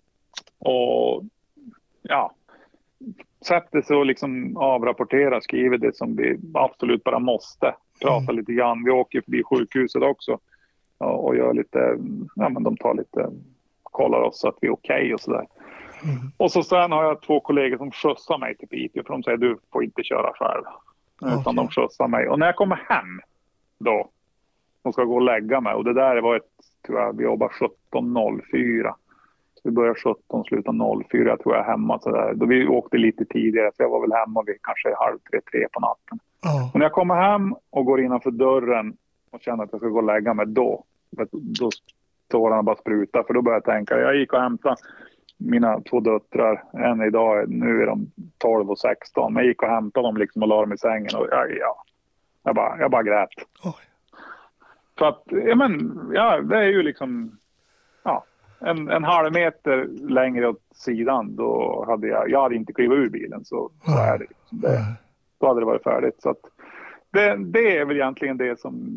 Och ja, sätter sig och liksom avrapporterar, skriver det som vi absolut bara måste. Prata mm. lite grann. Vi åker förbi sjukhuset också. Och gör lite, ja men de tar lite, kollar oss så att vi är okej okay och sådär. Mm. Och så sen har jag två kollegor som skjutsar mig till Piteå. För de säger du får inte köra själv. Okay. Utan de skjutsar mig. Och när jag kommer hem då, de ska gå och lägga mig. Och det där var ett, tror jag, vi jobbar sjutton noll fyra. Så vi börjar sjutton, slutar noll fyra, jag tror jag är hemma. Så där. Då vi åkte lite tidigare, så jag var väl hemma vid kanske halv tre, tre på natten. Oh. Och när jag kommer hem och går innanför dörren och känner att jag ska gå och lägga mig, då då tårarna bara sprutar. För då börjar jag tänka, jag gick och hämtade mina två döttrar, en idag, nu är de tolv och sexton, men jag gick och hämtade dem liksom och la dem i sängen och ja, ja jag, bara, jag bara grät. Oh. För att, ja men, ja det är ju liksom ja, en, en halv meter längre åt sidan, då hade jag, jag hade inte klivit ur bilen, så, så är det, liksom det. Då hade det varit färdigt. Så att det, det är väl egentligen det som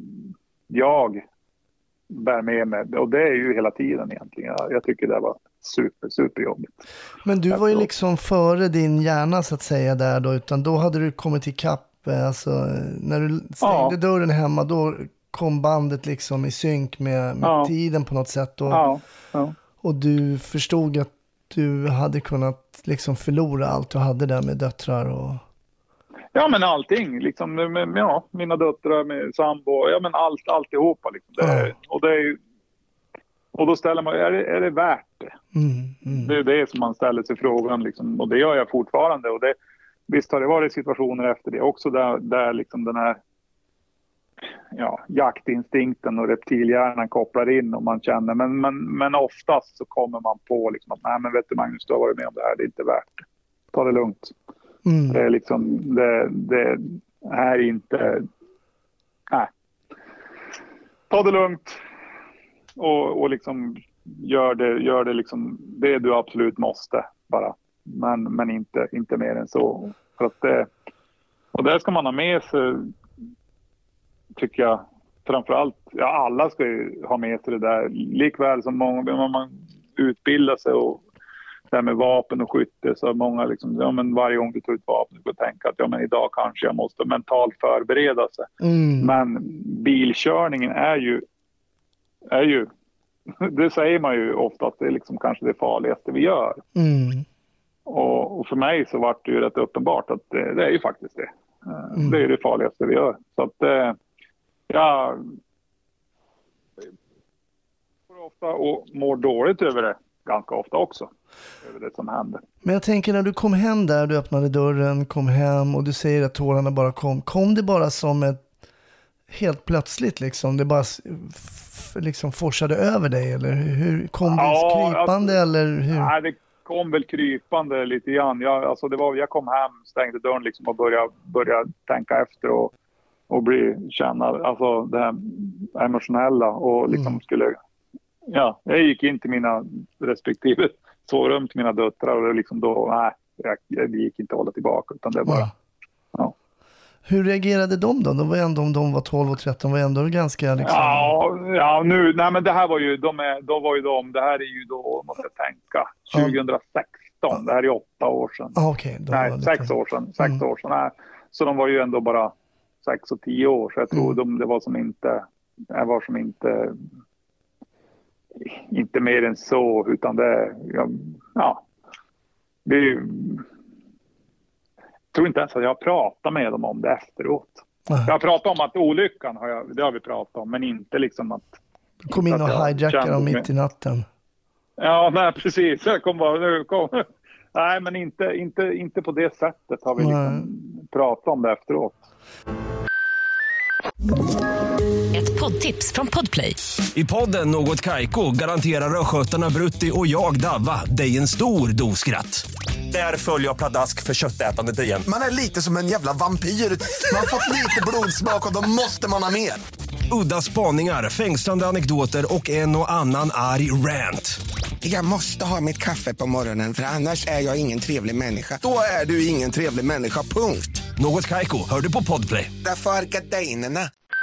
jag bär med mig. Och det är ju hela tiden egentligen. Jag tycker det var super, super jobbigt. Men du var ju liksom före din hjärna så att säga där då. Utan då hade du kommit till kapp. Alltså, när du stängde ja. dörren hemma, då kom bandet liksom i synk med, med ja. tiden på något sätt. Och, ja. Ja. och du förstod att du hade kunnat liksom förlora allt du hade där med döttrar och... Ja, men allting. Liksom, med, ja, mina döttrar, med sambo. Ja, men allt, alltihopa. Liksom. Det, mm. och, det är ju, och då ställer man, är det, är det värt det? Mm, mm. Det är det som man ställer sig frågan. Liksom, och det gör jag fortfarande. Och det, visst har det varit situationer efter det också där, där liksom den här ja, jaktinstinkten och reptilhjärnan kopplar in och man känner. Men, men, men oftast så kommer man på liksom, att nej, men vet du Magnus, du har varit med om det här. Det är inte värt det. Ta det lugnt. Mm. Det är liksom, det, det är inte, nej. Ta det lugnt och, och liksom gör det, gör det liksom, det du absolut måste bara, men, men inte, inte mer än så. För att det, och det ska man ha med sig, tycker jag, framförallt, ja alla ska ju ha med sig det där, likväl som många, man utbildar sig och det här med vapen och skytte, så många liksom, ja men varje gång du tar ut vapen du får tänka att ja men idag kanske jag måste mentalt förbereda sig. Mm. Men bilkörningen är ju är ju det säger man ju ofta att det är liksom kanske det farligaste vi gör. Mm. och, och för mig så var det ju rätt uppenbart att det, det är ju faktiskt det. Mm. Det är det farligaste vi gör. Så att eh, jag får ofta och mår dåligt över det ganska ofta också. Över det som händer. Men jag tänker när du kom hem där, du öppnade dörren, kom hem och du säger att tårarna bara kom. Kom det bara som ett helt plötsligt liksom? Det bara f- liksom forsade över dig eller hur? Kom det Ja, krypande alltså, eller hur? Nej, det kom väl krypande lite grann. Jag, alltså det var, jag kom hem, stängde dörren liksom och började, började tänka efter och, och bli, känna alltså det här emotionella och liksom Mm. skulle... Ja, jag gick in till mina respektive sovrum till mina döttrar och det liksom då, nej, jag, jag gick inte att hålla tillbaka utan det bara, Ja. ja. Hur reagerade de då? De var ändå, om de var tolv och tretton, var ändå ganska liksom... Ja, ja, nu, nej men det här var ju, de är, då var ju de, det här är ju då, måste jag tänka, tjugohundrasexton, det här är åtta år sedan. Ah, okej. Okay, nej, sex år sedan, sex Mm. år sedan, nej. Så de var ju ändå bara sex och tio år, så jag tror Mm. de, det var som inte, det var som inte, inte mer än så, utan det, ja, ja det är ju, jag tror inte ens att jag pratat med dem om det efteråt. Ah. Jag har pratat om att olyckan har jag, det har vi pratat om, men inte liksom att... Du kom in och att jag hijackade kände dem mig- mitt i natten. Ja, nej precis. Jag kom bara, nu kom. Nej, men inte, inte, inte på det sättet har vi liksom pratat om det efteråt. Ett poddtips från Podplay. I podden Något Kaiko garanterar östgötarna Brutti och jag Davva dig en stor dos skratt. Där följer jag pladask för köttätandet igen. Man är lite som en jävla vampyr. Man har fått lite blodsmak och då måste man ha mer. Udda spaningar, fängslande anekdoter och en och annan arg rant. Jag måste ha mitt kaffe på morgonen för annars är jag ingen trevlig människa. Då är du ingen trevlig människa, punkt. Något Kaiko, hör du på Podplay. Därför är gardinerna.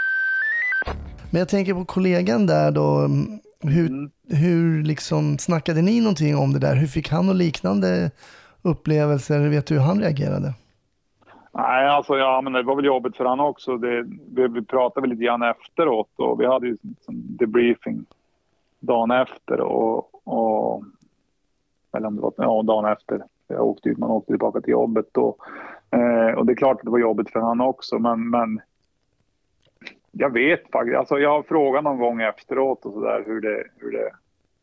Men jag tänker på kollegan där då. Hur, Mm. hur liksom snackade ni någonting om det där? Hur fick han och liknande upplevelser? Vet du hur han reagerade? Nej, alltså ja, men det var väl jobbigt för han också. Det, vi, vi pratade väl lite grann efteråt och vi hade ju som debriefing dagen efter och, och eller om det var ja, dagen efter. Jag åkte ut, man åkte tillbaka till jobbet då. Eh, och det är klart att det var jobbigt för han också, men, men jag vet faktiskt, alltså jag har frågat någon gång efteråt och sådär hur det, hur det,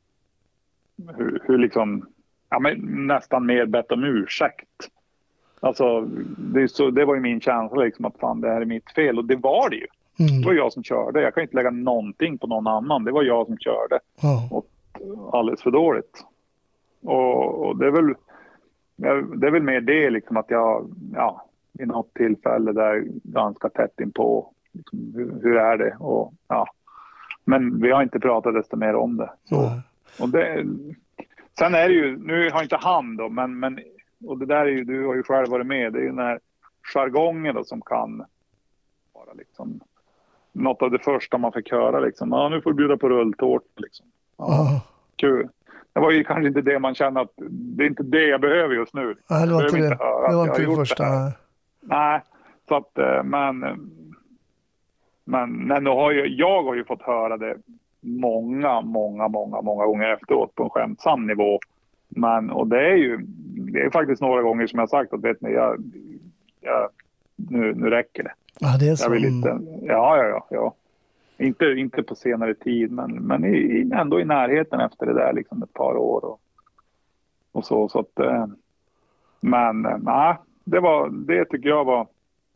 hur, hur liksom, ja men nästan mer bett om ursäkt. Alltså det, är så, det var ju min känsla liksom att fan det här är mitt fel och det var det ju. Mm. Det var jag som körde, jag kan inte lägga någonting på någon annan, det var jag som körde. Ja. Och alldeles för dåligt. Och, och det är väl det är väl mer det liksom att jag ja, i något tillfälle där ganska tätt in på liksom, hur, hur är det och ja. Men vi har inte pratat desto mer om det. Så. Nej. Och det sen är det ju, nu har inte han då, men, men och det där är ju, du har ju själv varit med, det är ju den här jargongen då som kan vara liksom något av det första man fick höra liksom, ja nu får du bjuda på rulltårta liksom. Ja, Ja. kul. Det var ju kanske inte det man känner att det är inte det jag behöver just nu. Nej, det var Jag inte behöver det. höra att Det var jag inte har det gjort första. det här. Nej. Nej, så att eh, men men, men nu har ju, jag har ju fått höra det många, många, många, många gånger efteråt på en skämtsam nivå. Men, och det är ju, det är faktiskt några gånger som jag sagt att vet ni, jag, jag, nu, nu räcker det. Ja, det är så. Jag vill inte, ja, ja, ja, ja. Inte, inte på senare tid, men, men i, i, ändå i närheten efter det där liksom ett par år och, och så. så att, eh, men eh, nej, det, var, det tycker jag var,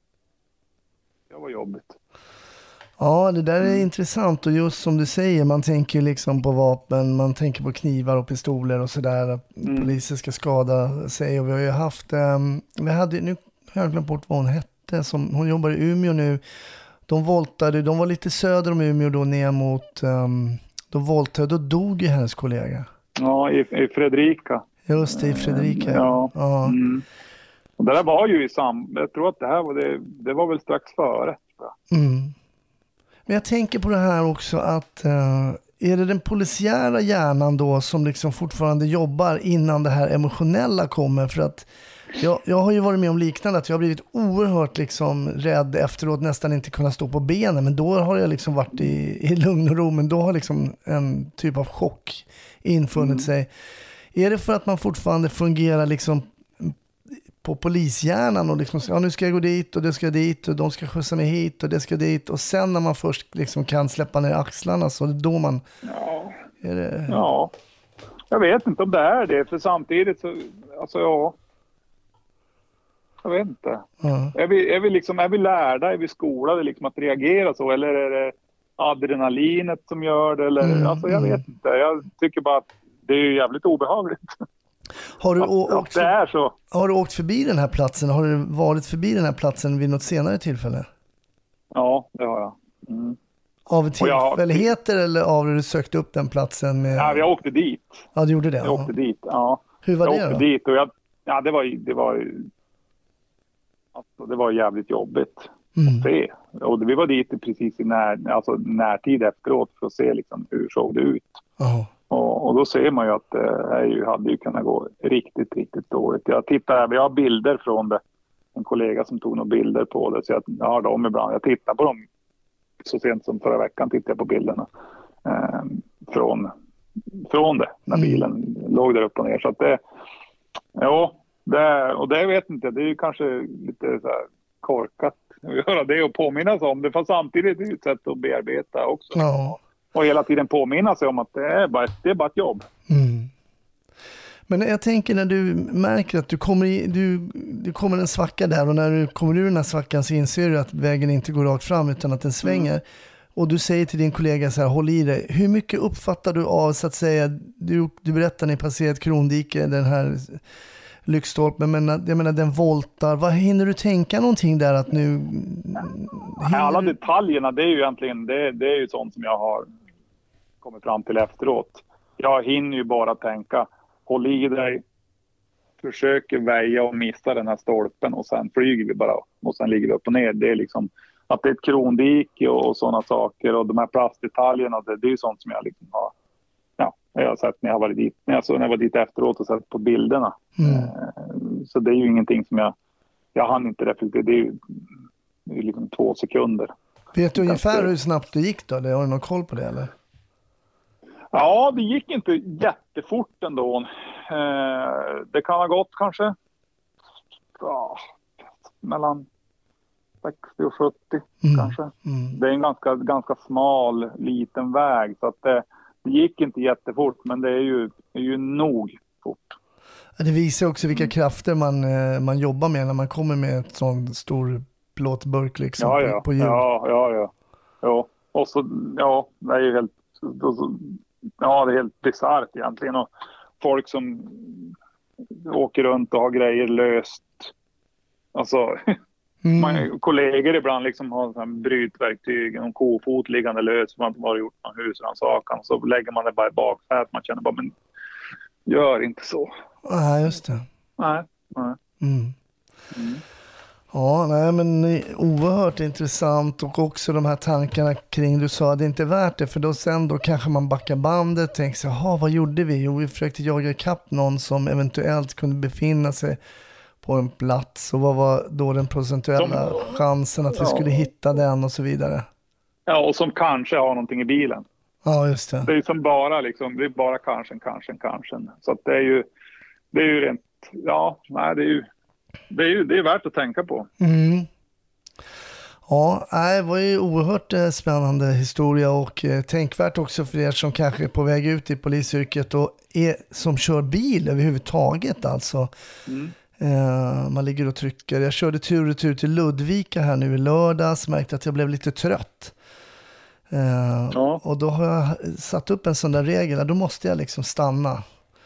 det var jobbigt. Ja, det där är intressant och just som du säger, man tänker liksom på vapen, man tänker på knivar och pistoler och sådär, att Mm. poliser ska skada sig och vi har ju haft, um, vi hade, nu har jag glömt bort vad hon hette, som, hon jobbar i Umeå nu, de voltade, de var lite söder om Umeå då ner mot, um, de voltade, då dog ju hennes kollega. Ja, i, i Fredrika. Just det, i Fredrika. Ja. Ja. Mm. Och det där var ju i sam... Jag tror att det här var, det, det var väl strax före. tror jag. Mm. Men jag tänker på det här också att uh, är det den polisiära hjärnan då som liksom fortfarande jobbar innan det här emotionella kommer? För att jag, jag har ju varit med om liknande, att jag har blivit oerhört liksom rädd efteråt, nästan inte kunna stå på benen, men då har jag liksom varit i, i lugn och ro, men då har liksom en typ av chock infunnit Mm. sig. Är det för att man fortfarande fungerar liksom på polishjärnan och liksom, ja, nu ska jag gå dit och det ska dit och de ska skjutsa mig hit och det ska dit, och sen när man först liksom kan släppa ner axlarna, så det är då man... Ja. Är det... ja, jag vet inte om det är det, för samtidigt så, alltså ja, jag vet inte. Ja. Är vi, är vi liksom, är vi lärda, är vi skolade liksom att reagera så, eller är det adrenalinet som gör det, eller, Mm, alltså jag mm. vet inte, jag tycker bara att det är jävligt obehagligt. Har du, att, å- att åkt, det är så. har du åkt förbi den här platsen? Har du varit förbi den här platsen vid något senare tillfälle? Ja, det har jag. Mm. Av Och jag har- tillfälligheter eller av att du sökte upp den platsen? Med... Ja, jag åkte dit. Ja, du gjorde det? Jag Ja. åkte dit, ja. Hur var jag det åkte då? dit och jag, ja det var, det var, alltså, det var jävligt jobbigt Mm. att se. Och vi var dit precis i när, alltså, närtid efteråt för att se liksom, hur såg det ut. Jaha. Och, och då ser man ju att det är ju, hade ju kunnat gå riktigt, riktigt dåligt. Jag tittar, jag har bilder från det. En kollega som tog några bilder på det, så jag, jag har dem ibland. Jag tittar på dem så sent som förra veckan, tittade jag på bilderna eh, från, från det, när Mm. bilen låg där upp och ner. Så att det, ja, det, och det vet inte, det är ju kanske lite så här korkat att göra det och påminna sig om det, fast samtidigt är det ett sätt att bearbeta också. Ja. Och hela tiden påminna sig om att det är bara, det är bara ett jobb. Mm. Men jag tänker när du märker att du kommer, i, du, du kommer en svacka där, och när du kommer ur den här svackan så inser du att vägen inte går rakt fram utan att den svänger. Mm. Och du säger till din kollega så här, håll i dig. Hur mycket uppfattar du av, så att säga, du, du berättar när ni passerat Krondike, den här lyktstolpen, men jag menar den voltar. Vad hinner du tänka någonting där att nu... Alla du... detaljerna, det är ju egentligen, det, det är ju sånt som jag har kommit fram till efteråt. Jag hinner ju bara tänka, håll i dig, försöker väja och missa den här stolpen och sen flyger vi bara och sen ligger vi upp och ner. Det är liksom att det är ett krondike och, och sådana saker, och de här plastdetaljerna, det, det är ju sånt som jag liksom har, ja, jag har sett när jag har varit dit, när jag, så när jag var dit efteråt och sett på bilderna. Mm. Eh, så det är ju ingenting som jag, jag hann inte reflektera, det är ju, det är liksom två sekunder. Vet du ungefär hur snabbt det gick då? Har du någon koll på det eller? Ja, det gick inte jättefort ändå. Eh, det kan ha gått kanske ja, mellan sextio och sjuttio Mm. kanske. Mm. Det är en ganska, ganska smal, liten väg, så att det, det gick inte jättefort, men det är ju, det är ju nog fort. Det visar också vilka krafter man, man jobbar med när man kommer med ett sån stor plåtburk liksom Ja, ja, på hjul. ja, ja, ja. ja. Och så, ja, det är ju helt, ja, det är helt bisarrt egentligen. Och folk som åker runt och har grejer löst. Alltså, Mm. man, kollegor ibland liksom har så här brytverktyg, en kofot liggande lös, man har gjort någon husrannsakan, och så lägger man det bara i baksätet. Man känner bara, men gör inte så. Ja, just det. Nej, nej. Mm. Mm. Ja, nej, men oerhört intressant, och också de här tankarna kring, du sa det är inte värt det, för då sen då kanske man backar bandet och tänker så, jaha, vad gjorde vi? Jo, vi försökte jaga ikapp någon som eventuellt kunde befinna sig på en plats, och vad var då den procentuella Som, chansen att vi ja. skulle hitta den och så vidare. Ja, och som kanske har någonting i bilen. Ja, just det. Det är som bara liksom, det är bara kanske, kanske, kanske. Så att det är ju, det är ju rent, ja, nej, det är ju, det är ju, det är värt att tänka på. Mm. Ja, det var ju oerhört eh, spännande historia, och eh, tänkvärt också för er som kanske är på väg ut i polisyrket och är, som kör bil överhuvudtaget alltså. Mm. Eh, man ligger och trycker. Jag körde tur och tur till Ludvika här nu i lördags, märkte att jag blev lite trött. Eh, Ja. Och då har jag satt upp en sån där regel, då måste jag liksom stanna.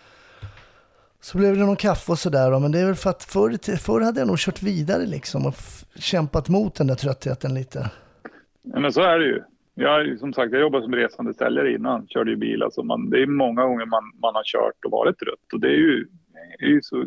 Så blev det någon kaffe och sådär, men det är väl för att förr, förr hade jag nog kört vidare liksom och f- kämpat mot den där tröttheten lite. Ja, men så är det ju. Jag, som sagt, jag jobbade som resande säljare innan, körde ju bil. Alltså man, det är många gånger man, man har kört och varit trött, och det är ju, det är ju så,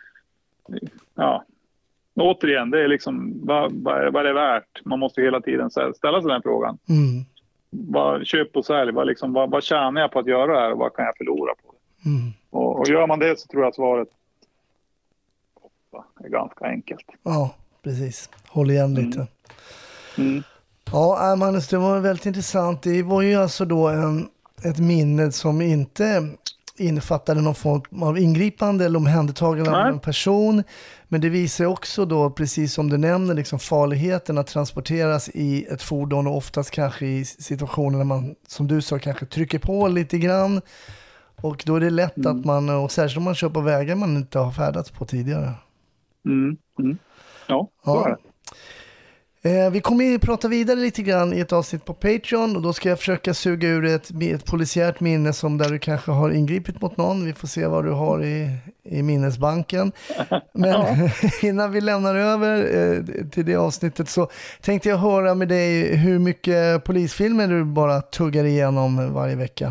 ja. Återigen, det är liksom, vad, vad, är, vad är det värt? Man måste hela tiden ställa sig den frågan. Mm. Vad, köp och sälj, vad, liksom, vad, vad tjänar jag på att göra det här och vad kan jag förlora på det? Mm. Och, och gör man det så tror jag att svaret är ganska enkelt. Ja, precis. Håll igen lite. Mm. Mm. Ja, Magnus, det var väldigt intressant. Det var ju alltså då en, ett minne som inte innefattade någon form av ingripande eller omhändertagande av en person. Men det visar också då, precis som du nämner, liksom farligheten att transporteras i ett fordon och oftast kanske i situationer när man, som du sa, kanske trycker på lite grann. Och då är det lätt mm. att man, och särskilt om man kör på vägar man inte har färdats på tidigare. Mm. Mm. Ja, så ja. är det. Eh, vi kommer att prata vidare lite grann i ett avsnitt på Patreon och då ska jag försöka suga ur ett, ett polisiärt minne som där du kanske har ingripit mot någon. Vi får se vad du har i, i minnesbanken. Men ja. Innan vi lämnar över eh, till det avsnittet så tänkte jag höra med dig hur mycket polisfilmer du bara tuggar igenom varje vecka.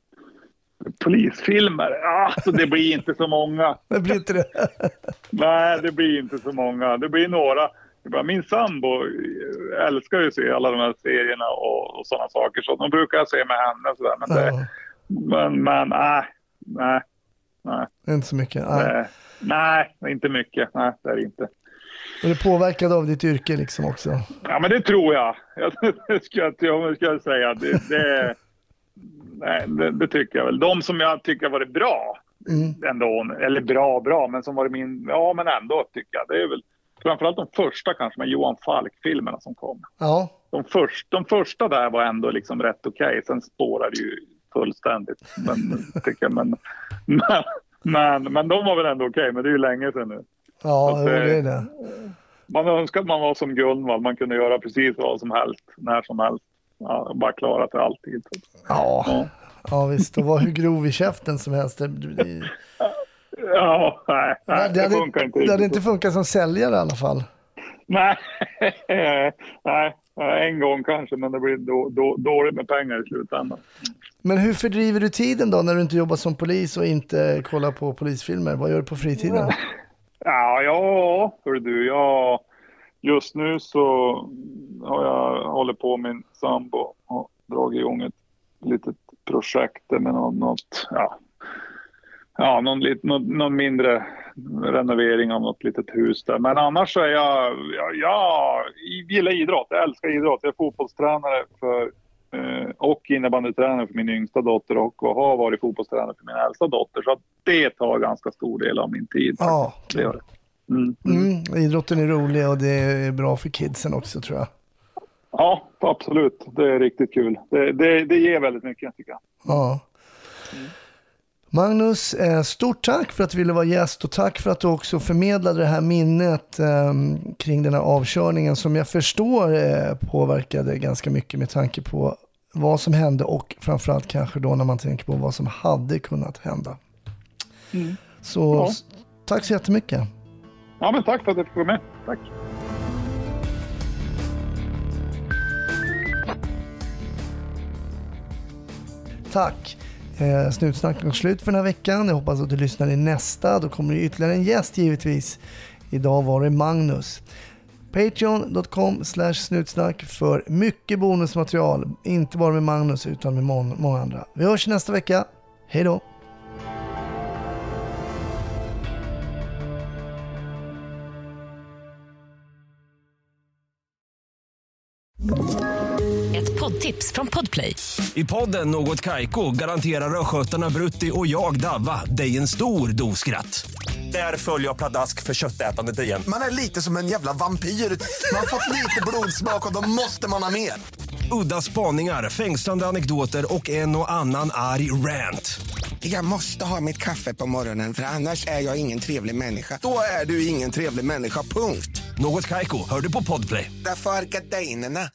Polisfilmer? Ja, alltså det blir inte så många. Det blir inte det? Nej, det blir inte så många. Det blir några. Min sambo älskar ju att se alla de här serierna och, och sådana saker. Så de brukar jag se med henne. Så där. Men, det, ja. men, men nej, nej, nej. Inte så mycket? Nej. nej, inte mycket. Nej, det är det inte. Är det påverkad av ditt yrke liksom också? Ja, men det tror jag. Det ska jag, ska jag säga. Det, det, nej, det, det tycker jag väl. De som jag tycker var bra mm. ändå, eller bra, bra, men som var min, ja men ändå tycker jag. Det är väl framförallt de första kanske med Johan Falk-filmerna som kom. Ja. De, först, de första där var ändå liksom rätt okej. Okay. Sen spårade det ju fullständigt. Men, tycker jag, men, men, men, men de var väl ändå okej. Okay, men det är ju länge sedan nu. Ja, att, det är det. Man önskar att man var som Gunvald. Man kunde göra precis vad som helst. När som helst. Ja, bara klara till alltid. Ja, ja. ja visst. Och var hur grov i käften som helst. Det, det... Ja, nej, nej, det, det, det funkar inte. Det hade inte funkat som säljare i alla fall. Nej, nej, en gång kanske, men det blir då, då, dåligt med pengar i slutändan. Men hur fördriver du tiden då när du inte jobbar som polis och inte kollar på polisfilmer? Vad gör du på fritiden? Ja, ja, hör du, ja, just nu så har jag hållit på med min sambo och dragit igång ett litet projekt med något, något ja, Ja, någon, någon, någon mindre renovering av något litet hus där. Men annars så är jag, ja, jag gillar idrott. Jag älskar idrott. Jag är fotbollstränare för, eh, och innebandytränare för min yngsta dotter och, och har varit fotbollstränare för min äldsta dotter. Så det tar ganska stor del av min tid. Ja, det gör det. Mm, mm. Mm, idrotten är rolig och det är bra för kidsen också, tror jag. Ja, absolut. Det är riktigt kul. Det, det, det ger väldigt mycket, tycker jag. Ja. Mm. Magnus, stort tack för att du ville vara gäst och tack för att du också förmedlade det här minnet eh, kring den här avkörningen som jag förstår eh, påverkade ganska mycket med tanke på vad som hände och framförallt kanske då när man tänker på vad som hade kunnat hända. Mm. Så ja. Tack så jättemycket. Ja, men tack för att du fick vara med. Tack. Tack. Eh, Snutsnack är slut för den här veckan. Jag hoppas att du lyssnar i nästa. Då kommer det ytterligare en gäst givetvis. Idag var det Magnus. Patreon dot com slash snutsnack för mycket bonusmaterial. Inte bara med Magnus utan med må- många andra. Vi hörs nästa vecka. Hej då! Ett poddtips från Podplay. I podden Något Kaiko garanterar röskötarna Brutti och jag Davva dig en stor dos skratt. Där följer jag pladask för köttätandet igen. Man är lite som en jävla vampyr. Man har fått lite blodsmak och då måste man ha mer. Udda spaningar, fängslande anekdoter och en och annan arg rant. Jag måste ha mitt kaffe på morgonen för annars är jag ingen trevlig människa. Då är du ingen trevlig människa, punkt. Något Kaiko, hör du på Podplay. Därför är gardinerna.